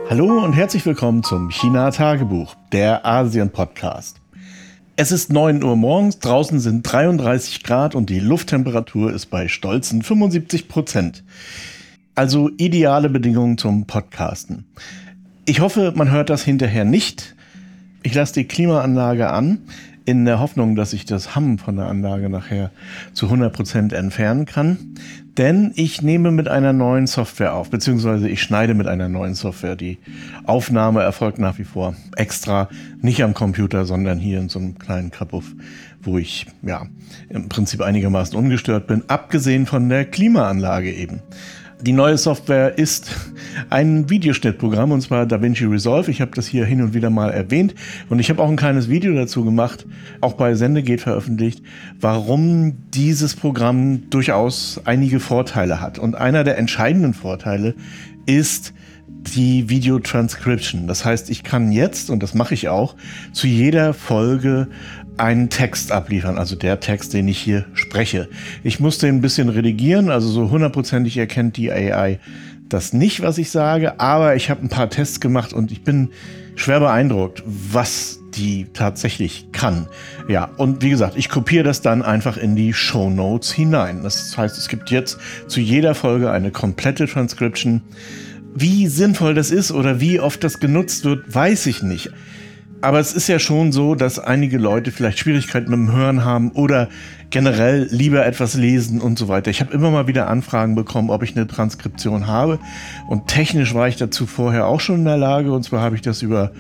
Hallo und herzlich willkommen zum China-Tagebuch, der Asien-Podcast. Es ist 9 Uhr morgens, draußen sind 33 Grad und die Lufttemperatur ist bei stolzen 75%. Also ideale Bedingungen zum Podcasten. Ich hoffe, man hört das hinterher nicht. Ich lasse die Klimaanlage an, in der Hoffnung, dass ich das Hummen von der Anlage nachher zu 100% entfernen kann. Denn ich nehme mit einer neuen Software auf, beziehungsweise ich schneide mit einer neuen Software. Die Aufnahme erfolgt nach wie vor extra, nicht am Computer, sondern hier in so einem kleinen Kabuff, wo ich im Prinzip einigermaßen ungestört bin, abgesehen von der Klimaanlage eben. Die neue Software ist ein Videoschnittprogramm, und zwar DaVinci Resolve. Ich habe das hier hin und wieder mal erwähnt und ich habe auch ein kleines Video dazu gemacht, auch bei Sendegate veröffentlicht, warum dieses Programm durchaus einige Vorteile hat. Und einer der entscheidenden Vorteile ist die Video-Transcription. Das heißt, ich kann jetzt, und das mache ich auch, zu jeder Folge einen Text abliefern, also der Text, den ich hier spreche. Ich musste ein bisschen redigieren, also so 100%ig erkennt die AI das nicht, was ich sage, aber ich habe ein paar Tests gemacht und ich bin schwer beeindruckt, was die tatsächlich kann. Ja, und wie gesagt, ich kopiere das dann einfach in die Shownotes hinein. Das heißt, es gibt jetzt zu jeder Folge eine komplette Transcription. Wie sinnvoll das ist oder wie oft das genutzt wird, weiß ich nicht. Aber es ist ja schon so, dass einige Leute vielleicht Schwierigkeiten mit dem Hören haben oder generell lieber etwas lesen und so weiter. Ich habe immer mal wieder Anfragen bekommen, ob ich eine Transkription habe. Und technisch war ich dazu vorher auch schon in der Lage. Und zwar habe ich das über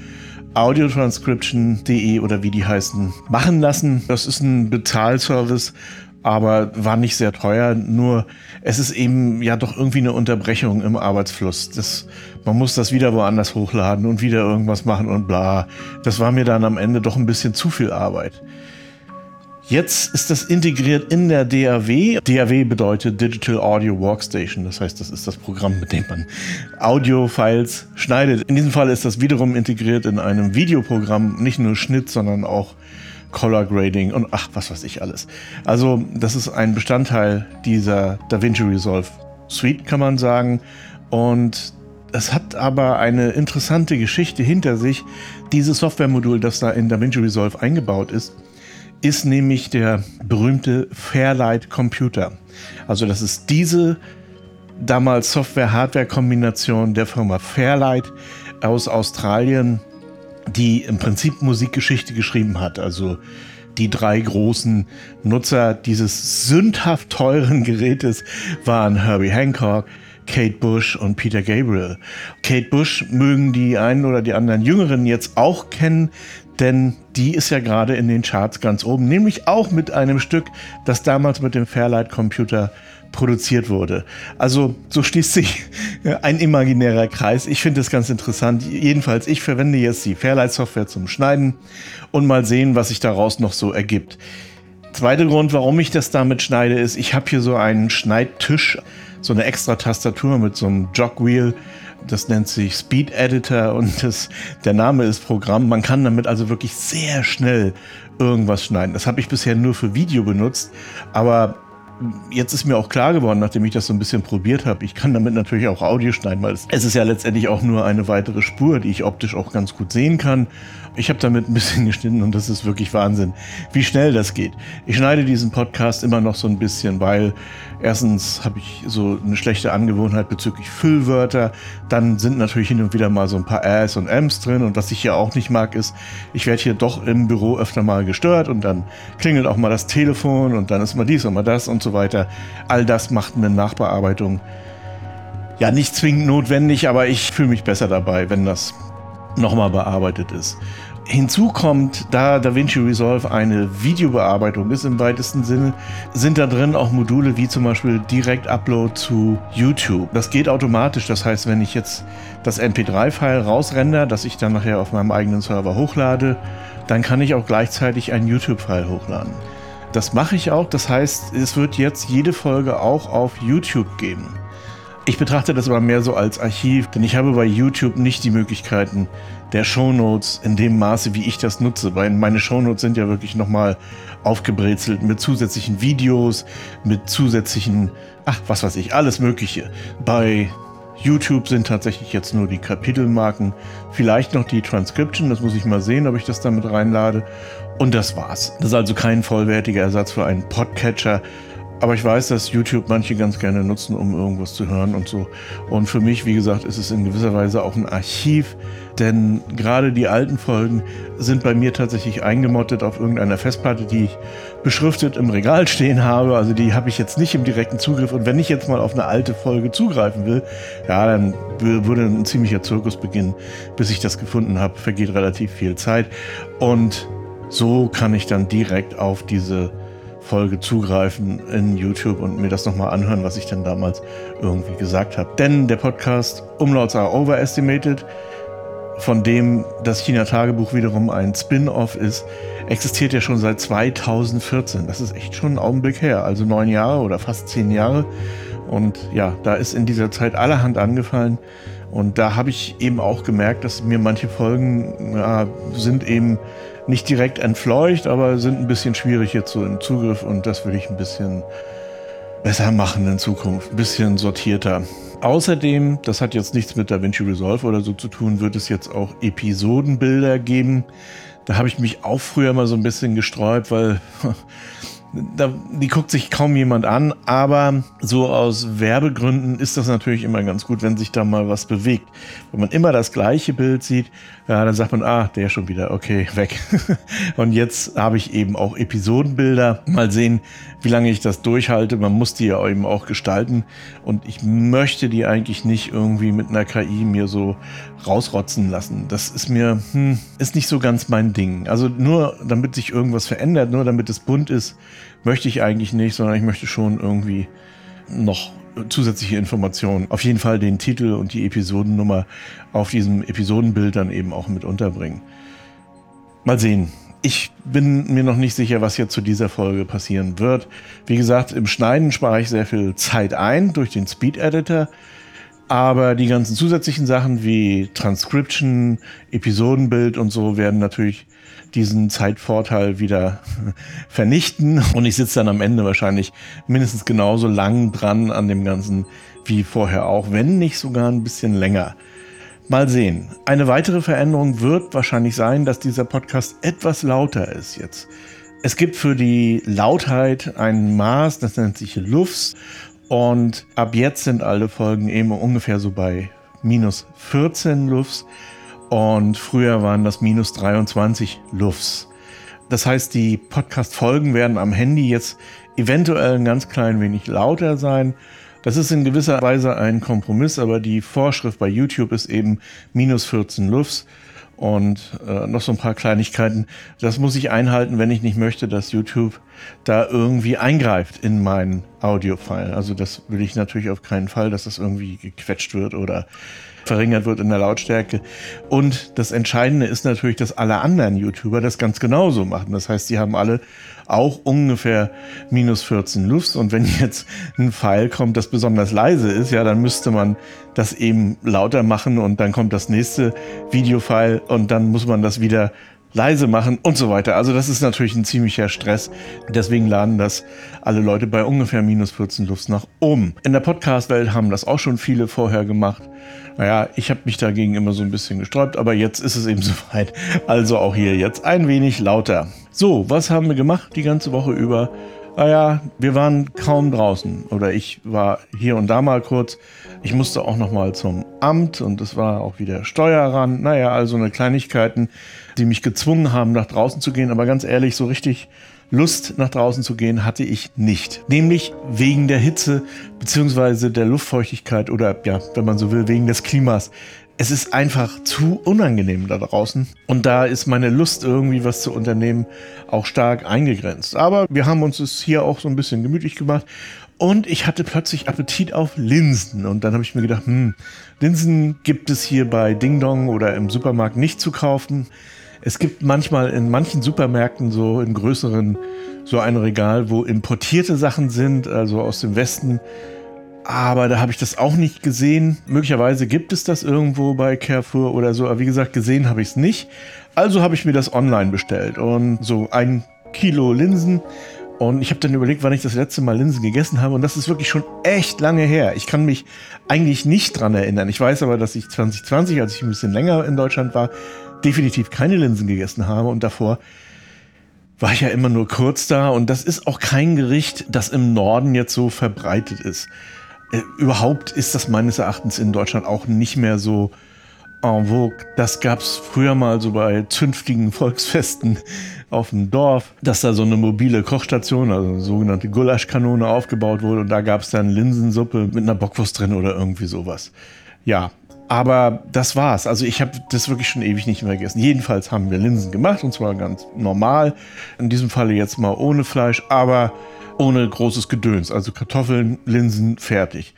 audiotranscription.de oder wie die heißen, machen lassen. Das ist ein Bezahlservice, aber war nicht sehr teuer. Nur es ist eben ja doch irgendwie eine Unterbrechung im Arbeitsfluss. Man muss das wieder woanders hochladen und wieder irgendwas machen und bla. Das war mir dann am Ende doch ein bisschen zu viel Arbeit. Jetzt ist das integriert in der DAW. DAW bedeutet Digital Audio Workstation. Das heißt, das ist das Programm, mit dem man Audio-Files schneidet. In diesem Fall ist das wiederum integriert in einem Videoprogramm. Nicht nur Schnitt, sondern auch Color Grading und was weiß ich alles. Also das ist ein Bestandteil dieser DaVinci Resolve Suite, kann man sagen. Und es hat aber eine interessante Geschichte hinter sich. Dieses Softwaremodul, das da in DaVinci Resolve eingebaut ist nämlich der berühmte Fairlight Computer. Also das ist diese damals Software-Hardware-Kombination der Firma Fairlight aus Australien, die im Prinzip Musikgeschichte geschrieben hat. Also die 3 großen Nutzer dieses sündhaft teuren Gerätes waren Herbie Hancock, Kate Bush und Peter Gabriel. Kate Bush mögen die einen oder die anderen Jüngeren jetzt auch kennen, denn die ist ja gerade in den Charts ganz oben, nämlich auch mit einem Stück, das damals mit dem Fairlight Computer produziert wurde. Also so schließt sich ein imaginärer Kreis. Ich finde das ganz interessant. Jedenfalls, ich verwende jetzt die Fairlight-Software zum Schneiden und mal sehen, was sich daraus noch so ergibt. Zweiter Grund, warum ich das damit schneide, ist, ich habe hier so einen Schneidtisch, so eine extra Tastatur mit so einem Jogwheel. Das nennt sich Speed Editor und der Name ist Programm. Man kann damit also wirklich sehr schnell irgendwas schneiden. Das habe ich bisher nur für Video benutzt, aber jetzt ist mir auch klar geworden, nachdem ich das so ein bisschen probiert habe, ich kann damit natürlich auch Audio schneiden, weil es ist ja letztendlich auch nur eine weitere Spur, die ich optisch auch ganz gut sehen kann. Ich habe damit ein bisschen geschnitten und das ist wirklich Wahnsinn, wie schnell das geht. Ich schneide diesen Podcast immer noch so ein bisschen, weil erstens habe ich so eine schlechte Angewohnheit bezüglich Füllwörter. Dann sind natürlich hin und wieder mal so ein paar Äs und Ms drin. Und was ich hier auch nicht mag, ist, ich werde hier doch im Büro öfter mal gestört und dann klingelt auch mal das Telefon und dann ist mal dies und mal das und so weiter. All das macht eine Nachbearbeitung ja nicht zwingend notwendig, aber ich fühle mich besser dabei, wenn das nochmal bearbeitet ist. Hinzu kommt, da DaVinci Resolve eine Videobearbeitung ist im weitesten Sinne, sind da drin auch Module wie zum Beispiel Direct-Upload zu YouTube. Das geht automatisch, das heißt, wenn ich jetzt das MP3-File rausrender, das ich dann nachher auf meinem eigenen Server hochlade, dann kann ich auch gleichzeitig ein YouTube-File hochladen. Das mache ich auch, das heißt, es wird jetzt jede Folge auch auf YouTube geben. Ich betrachte das aber mehr so als Archiv, denn ich habe bei YouTube nicht die Möglichkeiten der Shownotes in dem Maße, wie ich das nutze, weil meine Shownotes sind ja wirklich nochmal aufgebrezelt mit zusätzlichen Videos, mit zusätzlichen, was weiß ich, alles Mögliche. Bei YouTube sind tatsächlich jetzt nur die Kapitelmarken, vielleicht noch die Transcription, das muss ich mal sehen, ob ich das damit reinlade. Und das war's. Das ist also kein vollwertiger Ersatz für einen Podcatcher. Aber ich weiß, dass YouTube manche ganz gerne nutzen, um irgendwas zu hören und so. Und für mich, wie gesagt, ist es in gewisser Weise auch ein Archiv, denn gerade die alten Folgen sind bei mir tatsächlich eingemottet auf irgendeiner Festplatte, die ich beschriftet im Regal stehen habe. Also die habe ich jetzt nicht im direkten Zugriff. Und wenn ich jetzt mal auf eine alte Folge zugreifen will, ja, dann würde ein ziemlicher Zirkus beginnen. Bis ich das gefunden habe, vergeht relativ viel Zeit. Und so kann ich dann direkt auf diese Folge zugreifen in YouTube und mir das nochmal anhören, was ich denn damals irgendwie gesagt habe. Denn der Podcast Umlauts are Overestimated, von dem das China-Tagebuch wiederum ein Spin-off ist, existiert ja schon seit 2014. Das ist echt schon ein Augenblick her, also 9 Jahre oder fast 10 Jahre. Und ja, da ist in dieser Zeit allerhand angefallen. Und da habe ich eben auch gemerkt, dass mir manche Folgen sind eben nicht direkt entfleucht, aber sind ein bisschen schwierig jetzt so im Zugriff und das will ich ein bisschen besser machen in Zukunft, ein bisschen sortierter. Außerdem, das hat jetzt nichts mit DaVinci Resolve oder so zu tun, wird es jetzt auch Episodenbilder geben. Da habe ich mich auch früher mal so ein bisschen gesträubt, weil die guckt sich kaum jemand an, aber so aus Werbegründen ist das natürlich immer ganz gut, wenn sich da mal was bewegt. Wenn man immer das gleiche Bild sieht, ja, dann sagt man, der schon wieder, okay, weg. Und jetzt habe ich eben auch Episodenbilder. Mal sehen, wie lange ich das durchhalte. Man muss die ja eben auch gestalten und ich möchte die eigentlich nicht irgendwie mit einer KI mir so rausrotzen lassen. Das ist mir, ist nicht so ganz mein Ding. Also nur damit sich irgendwas verändert, nur damit es bunt ist, möchte ich eigentlich nicht, sondern ich möchte schon irgendwie noch zusätzliche Informationen. Auf jeden Fall den Titel und die Episodennummer auf diesem Episodenbild dann eben auch mit unterbringen. Mal sehen. Ich bin mir noch nicht sicher, was jetzt zu dieser Folge passieren wird. Wie gesagt, im Schneiden spare ich sehr viel Zeit ein durch den Speed Editor. Aber die ganzen zusätzlichen Sachen wie Transcription, Episodenbild und so werden natürlich diesen Zeitvorteil wieder vernichten. Und ich sitze dann am Ende wahrscheinlich mindestens genauso lang dran an dem Ganzen wie vorher auch, wenn nicht sogar ein bisschen länger. Mal sehen. Eine weitere Veränderung wird wahrscheinlich sein, dass dieser Podcast etwas lauter ist jetzt. Es gibt für die Lautheit ein Maß, das nennt sich LUFS. Und ab jetzt sind alle Folgen eben ungefähr so bei minus 14 LUFS. Und früher waren das minus 23 LUFS. Das heißt, die Podcast-Folgen werden am Handy jetzt eventuell ein ganz klein wenig lauter sein. Das ist in gewisser Weise ein Kompromiss, aber die Vorschrift bei YouTube ist eben minus 14 LUFS. Und noch so ein paar Kleinigkeiten. Das muss ich einhalten, wenn ich nicht möchte, dass YouTube da irgendwie eingreift in meinen Audio-File. Also das will ich natürlich auf keinen Fall, dass das irgendwie gequetscht wird oder verringert wird in der Lautstärke. Und das Entscheidende ist natürlich, dass alle anderen YouTuber das ganz genauso machen. Das heißt, die haben alle auch ungefähr minus 14 LUFS. Und wenn jetzt ein File kommt, das besonders leise ist, ja, dann müsste man das eben lauter machen und dann kommt das nächste Videofile und dann muss man das wieder leise machen und so weiter. Also das ist natürlich ein ziemlicher Stress. Deswegen laden das alle Leute bei ungefähr minus 14 LUFS nach oben. In der Podcast-Welt haben das auch schon viele vorher gemacht. Naja, ich habe mich dagegen immer so ein bisschen gesträubt, aber jetzt ist es eben soweit. Also auch hier jetzt ein wenig lauter. So, was haben wir gemacht die ganze Woche über? Naja, wir waren kaum draußen oder ich war hier und da mal kurz. Ich musste auch noch mal zum Amt und es war auch wieder Steuerrand. Naja, also eine Kleinigkeiten, die mich gezwungen haben, nach draußen zu gehen. Aber ganz ehrlich, so richtig Lust nach draußen zu gehen hatte ich nicht. Nämlich wegen der Hitze bzw. der Luftfeuchtigkeit oder ja, wenn man so will, wegen des Klimas. Es ist einfach zu unangenehm da draußen und da ist meine Lust, irgendwie was zu unternehmen, auch stark eingegrenzt. Aber wir haben uns es hier auch so ein bisschen gemütlich gemacht und ich hatte plötzlich Appetit auf Linsen. Und dann habe ich mir gedacht, Linsen gibt es hier bei Ding Dong oder im Supermarkt nicht zu kaufen. Es gibt manchmal in manchen Supermärkten so in größeren so ein Regal, wo importierte Sachen sind, also aus dem Westen. Aber da habe ich das auch nicht gesehen. Möglicherweise gibt es das irgendwo bei Carrefour oder so. Aber wie gesagt, gesehen habe ich es nicht. Also habe ich mir das online bestellt. Und so 1 Kilo Linsen. Und ich habe dann überlegt, wann ich das letzte Mal Linsen gegessen habe. Und das ist wirklich schon echt lange her. Ich kann mich eigentlich nicht dran erinnern. Ich weiß aber, dass ich 2020, als ich ein bisschen länger in Deutschland war, definitiv keine Linsen gegessen habe. Und davor war ich ja immer nur kurz da. Und das ist auch kein Gericht, das im Norden jetzt so verbreitet ist. Überhaupt ist das meines Erachtens in Deutschland auch nicht mehr so en vogue. Das gab es früher mal so bei zünftigen Volksfesten auf dem Dorf, dass da so eine mobile Kochstation, also eine sogenannte Gulaschkanone aufgebaut wurde und da gab es dann Linsensuppe mit einer Bockwurst drin oder irgendwie sowas. Ja, aber das war's. Also ich habe das wirklich schon ewig nicht mehr gegessen. Jedenfalls haben wir Linsen gemacht und zwar ganz normal. In diesem Falle jetzt mal ohne Fleisch, aber ohne großes Gedöns. Also Kartoffeln, Linsen, fertig.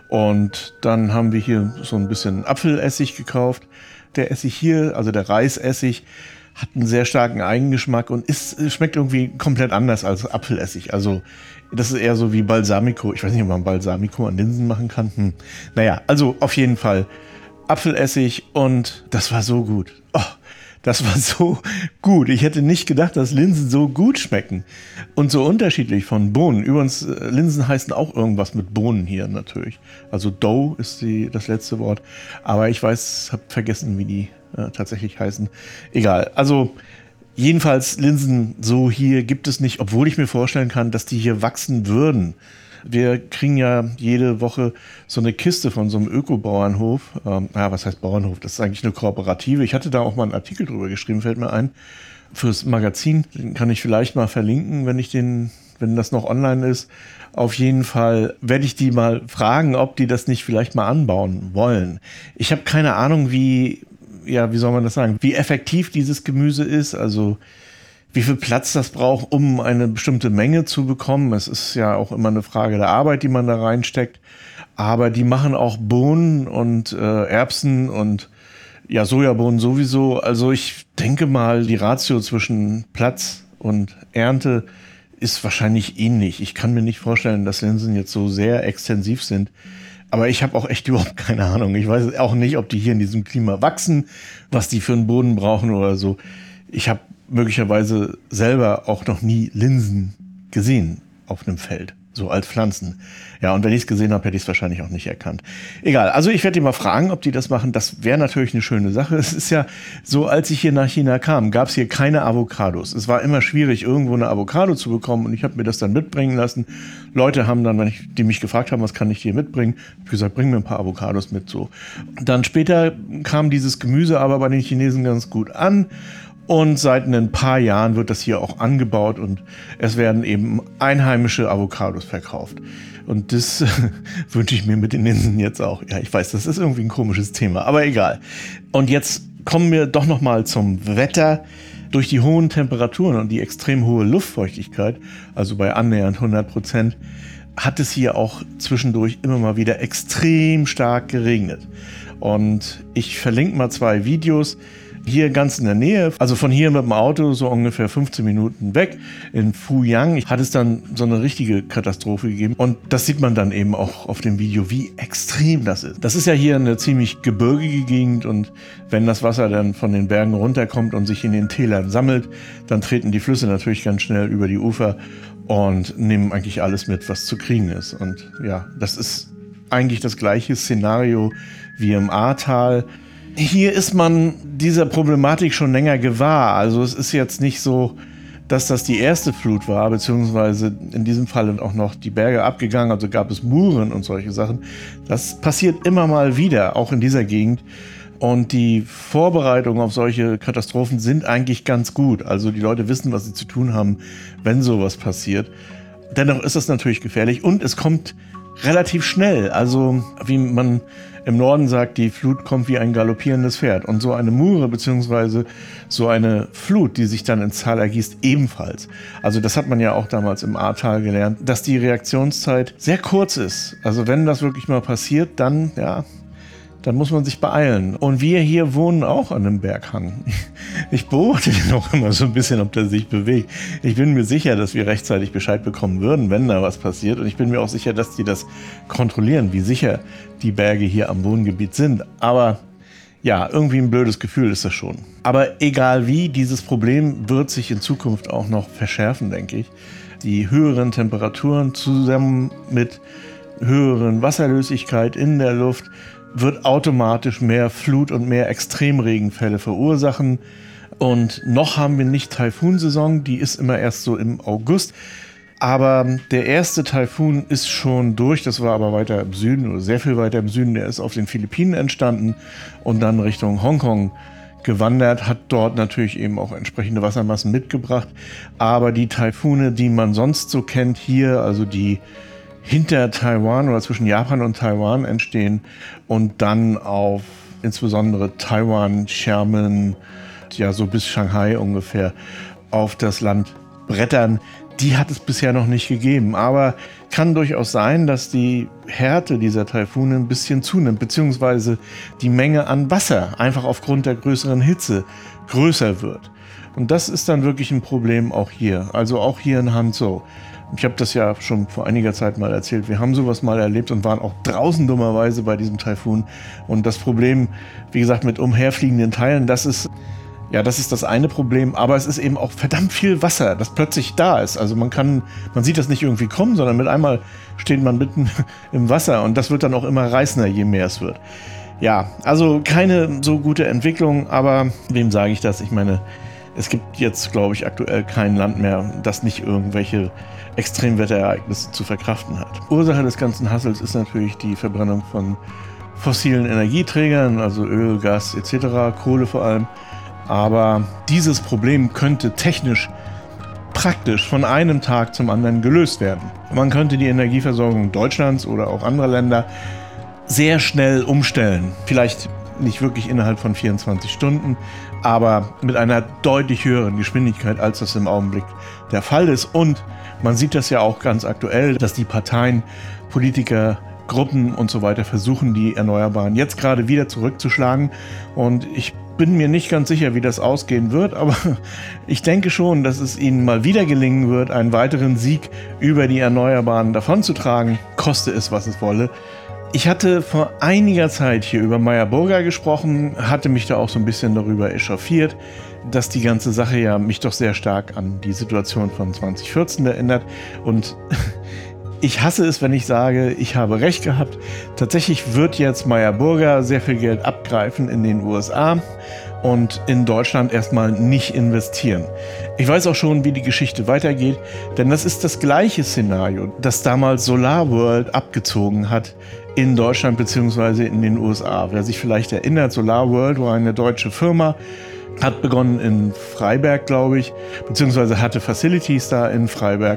Und dann haben wir hier so ein bisschen Apfelessig gekauft. Der Essig hier, also der Reisessig, hat einen sehr starken Eigengeschmack und schmeckt irgendwie komplett anders als Apfelessig. Also das ist eher so wie Balsamico. Ich weiß nicht, ob man Balsamico an Linsen machen kann. Naja, also auf jeden Fall Apfelessig und das war so gut. Oh, das war so gut. Ich hätte nicht gedacht, dass Linsen so gut schmecken und so unterschiedlich von Bohnen. Übrigens, Linsen heißen auch irgendwas mit Bohnen hier natürlich. Also Dough ist das letzte Wort. Aber ich habe vergessen, wie die tatsächlich heißen. Egal. Also jedenfalls Linsen so hier gibt es nicht, obwohl ich mir vorstellen kann, dass die hier wachsen würden. Wir kriegen ja jede Woche so eine Kiste von so einem Öko-Bauernhof. Was heißt Bauernhof? Das ist eigentlich eine Kooperative. Ich hatte da auch mal einen Artikel drüber geschrieben, fällt mir ein, fürs Magazin. Den kann ich vielleicht mal verlinken, wenn das noch online ist. Auf jeden Fall werde ich die mal fragen, ob die das nicht vielleicht mal anbauen wollen. Ich habe keine Ahnung, wie soll man das sagen, wie effektiv dieses Gemüse ist, also wie viel Platz das braucht, um eine bestimmte Menge zu bekommen. Es ist ja auch immer eine Frage der Arbeit, die man da reinsteckt. Aber die machen auch Bohnen und Erbsen und ja, Sojabohnen sowieso. Also ich denke mal, die Ratio zwischen Platz und Ernte ist wahrscheinlich ähnlich. Ich kann mir nicht vorstellen, dass Linsen jetzt so sehr extensiv sind. Aber ich habe auch echt überhaupt keine Ahnung. Ich weiß auch nicht, ob die hier in diesem Klima wachsen, was die für einen Boden brauchen oder so. Ich habe möglicherweise selber auch noch nie Linsen gesehen auf einem Feld, so als Pflanzen. Ja, und wenn ich es gesehen habe, hätte ich es wahrscheinlich auch nicht erkannt. Egal, also ich werde die mal fragen, ob die das machen. Das wäre natürlich eine schöne Sache. Es ist ja so, als ich hier nach China kam, gab es hier keine Avocados. Es war immer schwierig, irgendwo eine Avocado zu bekommen und ich habe mir das dann mitbringen lassen. Leute haben dann, die mich gefragt haben, was kann ich dir mitbringen, habe ich gesagt, bring mir ein paar Avocados mit. So. Dann später kam dieses Gemüse aber bei den Chinesen ganz gut an. Und seit ein paar Jahren wird das hier auch angebaut und es werden eben einheimische Avocados verkauft. Und das wünsche ich mir mit den Linsen jetzt auch. Ja, ich weiß, das ist irgendwie ein komisches Thema, aber egal. Und jetzt kommen wir doch noch mal zum Wetter. Durch die hohen Temperaturen und die extrem hohe Luftfeuchtigkeit, also bei annähernd 100%, hat es hier auch zwischendurch immer mal wieder extrem stark geregnet. Und ich verlinke mal 2 Videos. Hier ganz in der Nähe, also von hier mit dem Auto so ungefähr 15 Minuten weg, in Fuyang, hat es dann so eine richtige Katastrophe gegeben. Und das sieht man dann eben auch auf dem Video, wie extrem das ist. Das ist ja hier eine ziemlich gebirgige Gegend und wenn das Wasser dann von den Bergen runterkommt und sich in den Tälern sammelt, dann treten die Flüsse natürlich ganz schnell über die Ufer und nehmen eigentlich alles mit, was zu kriegen ist. Und ja, das ist eigentlich das gleiche Szenario wie im Ahrtal. Hier ist man dieser Problematik schon länger gewahr. Also es ist jetzt nicht so, dass das die erste Flut war, beziehungsweise in diesem Fall auch noch die Berge abgegangen, also gab es Muren und solche Sachen. Das passiert immer mal wieder, auch in dieser Gegend. Und die Vorbereitungen auf solche Katastrophen sind eigentlich ganz gut. Also die Leute wissen, was sie zu tun haben, wenn sowas passiert. Dennoch ist es natürlich gefährlich und es kommt relativ schnell. Also wie man im Norden sagt, die Flut kommt wie ein galoppierendes Pferd. Und so eine Mure beziehungsweise so eine Flut, die sich dann ins Tal ergießt, ebenfalls. Also das hat man ja auch damals im Ahrtal gelernt, dass die Reaktionszeit sehr kurz ist. Also wenn das wirklich mal passiert, dann muss man sich beeilen. Und wir hier wohnen auch an einem Berghang. Ich beobachte den auch immer so ein bisschen, ob der sich bewegt. Ich bin mir sicher, dass wir rechtzeitig Bescheid bekommen würden, wenn da was passiert. Und ich bin mir auch sicher, dass die das kontrollieren, wie sicher die Berge hier am Wohngebiet sind. Aber ja, irgendwie ein blödes Gefühl ist das schon. Aber egal wie, dieses Problem wird sich in Zukunft auch noch verschärfen, denke ich. Die höheren Temperaturen zusammen mit höheren Wasserlöslichkeit in der Luft wird automatisch mehr Flut- und mehr Extremregenfälle verursachen. Und noch haben wir nicht Taifunsaison, die ist immer erst so im August. Aber der erste Taifun ist schon durch, das war aber weiter im Süden oder sehr viel weiter im Süden. Der ist auf den Philippinen entstanden und dann Richtung Hongkong gewandert, hat dort natürlich eben auch entsprechende Wassermassen mitgebracht. Aber die Taifune, die man sonst so kennt hier, also die hinter Taiwan oder zwischen Japan und Taiwan entstehen und dann auf insbesondere Taiwan, Xiamen, ja so bis Shanghai ungefähr, auf das Land brettern, die hat es bisher noch nicht gegeben. Aber kann durchaus sein, dass die Härte dieser Taifune ein bisschen zunimmt, beziehungsweise die Menge an Wasser einfach aufgrund der größeren Hitze größer wird. Und das ist dann wirklich ein Problem auch hier. Also auch hier in Hanzhou. Ich habe das ja schon vor einiger Zeit mal erzählt. Wir haben sowas mal erlebt und waren auch draußen dummerweise bei diesem Taifun. Und das Problem, wie gesagt, mit umherfliegenden Teilen, das ist das eine Problem, aber es ist eben auch verdammt viel Wasser, das plötzlich da ist. Also man sieht das nicht irgendwie kommen, sondern mit einmal steht man mitten im Wasser und das wird dann auch immer reißender, je mehr es wird. Ja, also keine so gute Entwicklung, aber wem sage ich das? Ich meine, es gibt jetzt, glaube ich, aktuell kein Land mehr, das nicht irgendwelche Extremwetterereignisse zu verkraften hat. Ursache des ganzen Hassels ist natürlich die Verbrennung von fossilen Energieträgern, also Öl, Gas etc., Kohle vor allem. Aber dieses Problem könnte technisch praktisch von einem Tag zum anderen gelöst werden. Man könnte die Energieversorgung Deutschlands oder auch anderer Länder sehr schnell umstellen. Vielleicht nicht wirklich innerhalb von 24 Stunden, aber mit einer deutlich höheren Geschwindigkeit, als das im Augenblick der Fall ist. Und man sieht das ja auch ganz aktuell, dass die Parteien, Politiker, Gruppen und so weiter versuchen, die Erneuerbaren jetzt gerade wieder zurückzuschlagen. Und ich bin mir nicht ganz sicher, wie das ausgehen wird, aber ich denke schon, dass es ihnen mal wieder gelingen wird, einen weiteren Sieg über die Erneuerbaren davonzutragen, koste es, was es wolle. Ich hatte vor einiger Zeit hier über Meyer Burger gesprochen, hatte mich da auch so ein bisschen darüber echauffiert, dass die ganze Sache ja mich doch sehr stark an die Situation von 2014 erinnert und ich hasse es, wenn ich sage, ich habe recht gehabt. Tatsächlich wird jetzt Meyer Burger sehr viel Geld abgreifen in den USA und in Deutschland erstmal nicht investieren. Ich weiß auch schon, wie die Geschichte weitergeht, denn das ist das gleiche Szenario, das damals SolarWorld abgezogen hat in Deutschland bzw. in den USA. Wer sich vielleicht erinnert, SolarWorld war eine deutsche Firma, hat begonnen in Freiberg, glaube ich, beziehungsweise hatte Facilities da in Freiberg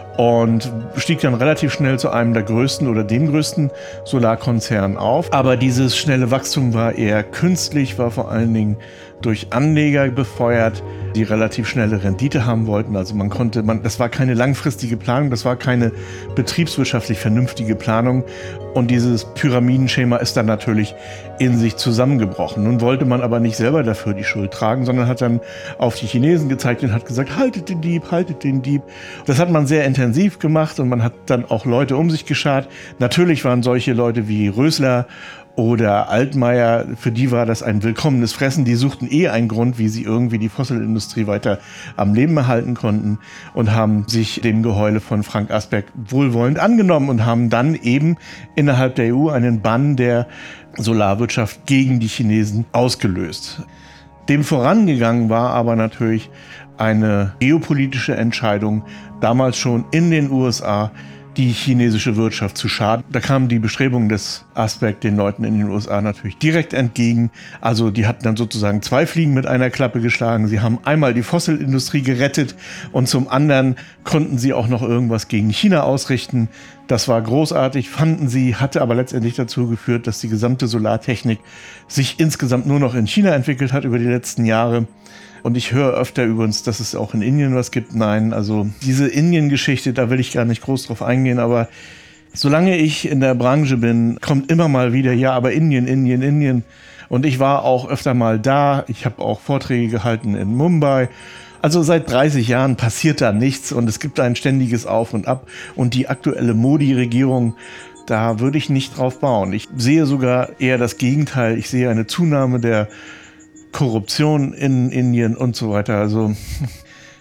und stieg dann relativ schnell zu einem der größten oder dem größten Solarkonzern auf. Aber dieses schnelle Wachstum war eher künstlich, war vor allen Dingen durch Anleger befeuert, die relativ schnelle Rendite haben wollten. Also das war keine langfristige Planung, das war keine betriebswirtschaftlich vernünftige Planung. Und dieses Pyramidenschema ist dann natürlich in sich zusammengebrochen. Nun wollte man aber nicht selber dafür die Schuld tragen, sondern hat dann auf die Chinesen gezeigt und hat gesagt, haltet den Dieb, haltet den Dieb. Das hat man sehr intensiv gemacht und man hat dann auch Leute um sich geschart. Natürlich waren solche Leute wie Rösler oder Altmaier, für die war das ein willkommenes Fressen. Die suchten einen Grund, wie sie irgendwie die Fossilindustrie weiter am Leben erhalten konnten und haben sich dem Geheule von Frank Asberg wohlwollend angenommen und haben dann eben innerhalb der EU einen Bann der Solarwirtschaft gegen die Chinesen ausgelöst. Dem vorangegangen war aber natürlich eine geopolitische Entscheidung, damals schon in den USA, die chinesische Wirtschaft zu schaden. Da kamen die Bestrebungen des Asberg den Leuten in den USA natürlich direkt entgegen. Also die hatten dann sozusagen zwei Fliegen mit einer Klappe geschlagen. Sie haben einmal die Fossilindustrie gerettet und zum anderen konnten sie auch noch irgendwas gegen China ausrichten. Das war großartig, fanden sie, hatte aber letztendlich dazu geführt, dass die gesamte Solartechnik sich insgesamt nur noch in China entwickelt hat über die letzten Jahre. Und ich höre öfter übrigens, dass es auch in Indien was gibt. Nein, also diese Indien-Geschichte, da will ich gar nicht groß drauf eingehen, aber solange ich in der Branche bin, kommt immer mal wieder, ja, aber Indien, Indien, Indien. Und ich war auch öfter mal da. Ich habe auch Vorträge gehalten in Mumbai. Also seit 30 Jahren passiert da nichts und es gibt ein ständiges Auf und Ab. Und die aktuelle Modi-Regierung, da würde ich nicht drauf bauen. Ich sehe sogar eher das Gegenteil. Ich sehe eine Zunahme der Korruption in Indien und so weiter. Also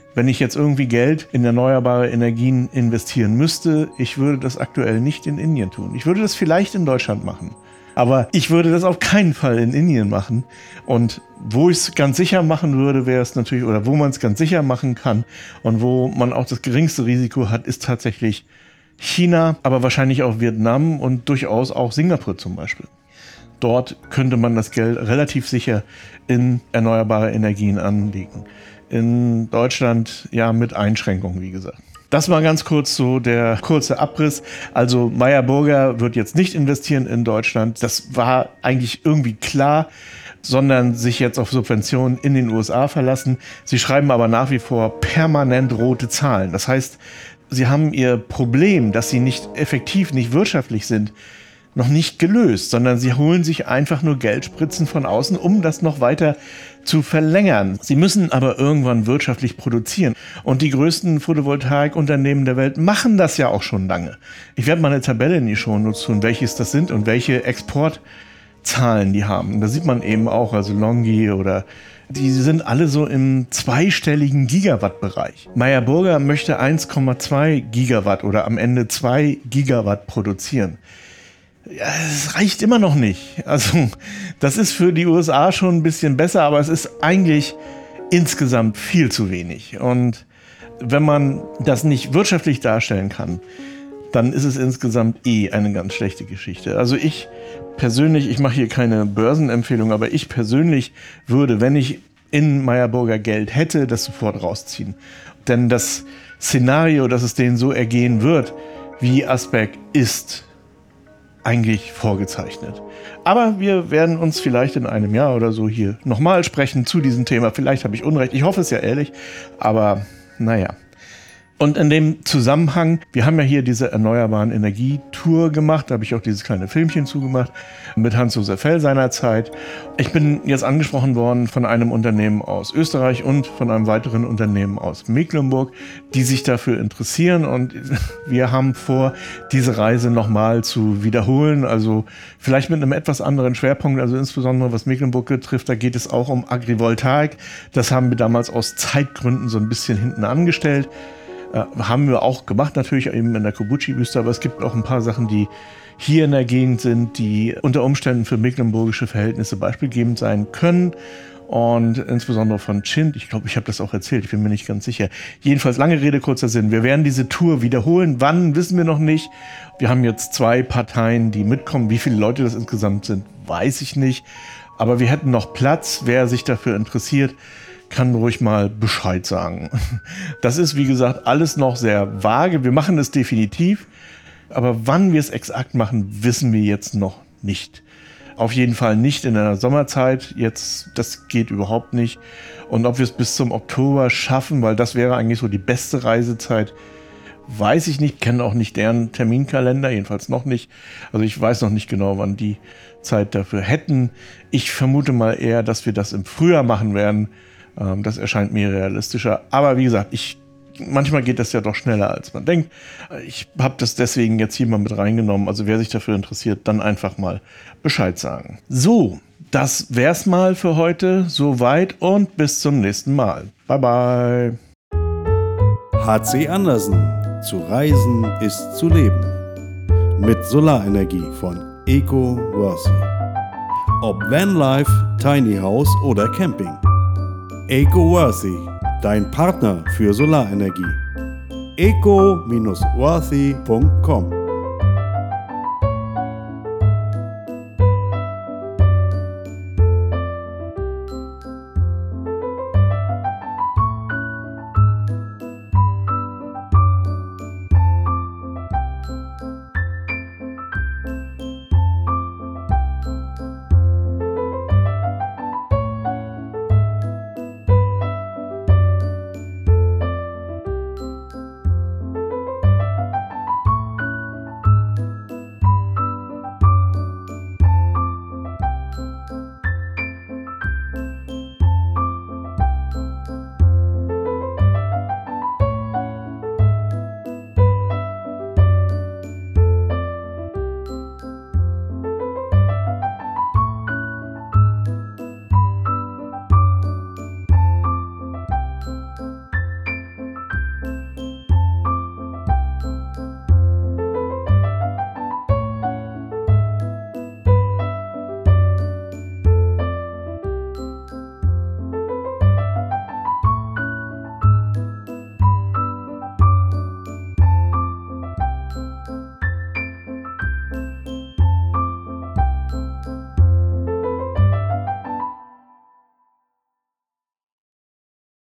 Wenn ich jetzt irgendwie Geld in erneuerbare Energien investieren müsste, ich würde das aktuell nicht in Indien tun. Ich würde das vielleicht in Deutschland machen. Aber ich würde das auf keinen Fall in Indien machen. Und wo ich es ganz sicher machen würde, wäre es natürlich, oder wo man es ganz sicher machen kann und wo man auch das geringste Risiko hat, ist tatsächlich China, aber wahrscheinlich auch Vietnam und durchaus auch Singapur zum Beispiel. Dort könnte man das Geld relativ sicher in erneuerbare Energien anlegen. In Deutschland ja mit Einschränkungen, wie gesagt. Das war ganz kurz so der kurze Abriss. Also Meyer Burger wird jetzt nicht investieren in Deutschland. Das war eigentlich irgendwie klar, sondern sich jetzt auf Subventionen in den USA verlassen. Sie schreiben aber nach wie vor permanent rote Zahlen. Das heißt, sie haben ihr Problem, dass sie nicht effektiv, nicht wirtschaftlich sind, noch nicht gelöst, sondern sie holen sich einfach nur Geldspritzen von außen, um das noch weiter zu verlängern. Sie müssen aber irgendwann wirtschaftlich produzieren. Und die größten Photovoltaikunternehmen der Welt machen das ja auch schon lange. Ich werde mal eine Tabelle in die Shownotes tun, welches das sind und welche Exportzahlen die haben. Da sieht man eben auch, also Longi oder die sind alle so im zweistelligen Gigawatt-Bereich. Meyer Burger möchte 1,2 Gigawatt oder am Ende 2 Gigawatt produzieren. Ja, es reicht immer noch nicht. Also das ist für die USA schon ein bisschen besser, aber es ist eigentlich insgesamt viel zu wenig. Und wenn man das nicht wirtschaftlich darstellen kann, dann ist es insgesamt eine ganz schlechte Geschichte. Also ich persönlich, ich mache hier keine Börsenempfehlung, aber ich persönlich würde, wenn ich in Meyer Burger Geld hätte, das sofort rausziehen. Denn das Szenario, dass es denen so ergehen wird, wie Asberg ist, eigentlich vorgezeichnet. Aber wir werden uns vielleicht in einem Jahr oder so hier nochmal sprechen zu diesem Thema. Vielleicht habe ich Unrecht. Ich hoffe es ja ehrlich. Aber naja. Und in dem Zusammenhang, wir haben ja hier diese Erneuerbaren Energietour gemacht, da habe ich auch dieses kleine Filmchen zugemacht mit Hans-Josef Fell seinerzeit. Ich bin jetzt angesprochen worden von einem Unternehmen aus Österreich und von einem weiteren Unternehmen aus Mecklenburg, die sich dafür interessieren, und wir haben vor, diese Reise nochmal zu wiederholen, also vielleicht mit einem etwas anderen Schwerpunkt, also insbesondere was Mecklenburg betrifft, da geht es auch um Agrivoltaik. Das haben wir damals aus Zeitgründen so ein bisschen hinten angestellt. Haben wir auch gemacht, natürlich eben in der Kobuchi-Wüste, aber es gibt auch ein paar Sachen, die hier in der Gegend sind, die unter Umständen für mecklenburgische Verhältnisse beispielgebend sein können. Und insbesondere von Chint, ich glaube, ich habe das auch erzählt, ich bin mir nicht ganz sicher. Jedenfalls, lange Rede, kurzer Sinn. Wir werden diese Tour wiederholen. Wann, wissen wir noch nicht. Wir haben jetzt 2 Parteien, die mitkommen. Wie viele Leute das insgesamt sind, weiß ich nicht. Aber wir hätten noch Platz. Wer sich dafür interessiert, kann ruhig mal Bescheid sagen. Das ist, wie gesagt, alles noch sehr vage. Wir machen es definitiv, aber wann wir es exakt machen, wissen wir jetzt noch nicht. Auf jeden Fall nicht in der Sommerzeit. Jetzt, das geht überhaupt nicht. Und ob wir es bis zum Oktober schaffen, weil das wäre eigentlich so die beste Reisezeit, weiß ich nicht. Kenne auch nicht deren Terminkalender, jedenfalls noch nicht. Also ich weiß noch nicht genau, wann die Zeit dafür hätten. Ich vermute mal eher, dass wir das im Frühjahr machen werden. Das erscheint mir realistischer. Aber wie gesagt, manchmal geht das ja doch schneller, als man denkt. Ich habe das deswegen jetzt hier mal mit reingenommen. Also wer sich dafür interessiert, dann einfach mal Bescheid sagen. So, das wär's mal für heute. Soweit und bis zum nächsten Mal. Bye bye. H.C. Andersen. Zu reisen ist zu leben. Mit Solarenergie von EcoWorthy. Ob Vanlife, Tiny House oder Camping. EcoWorthy, dein Partner für Solarenergie. eco-worthy.com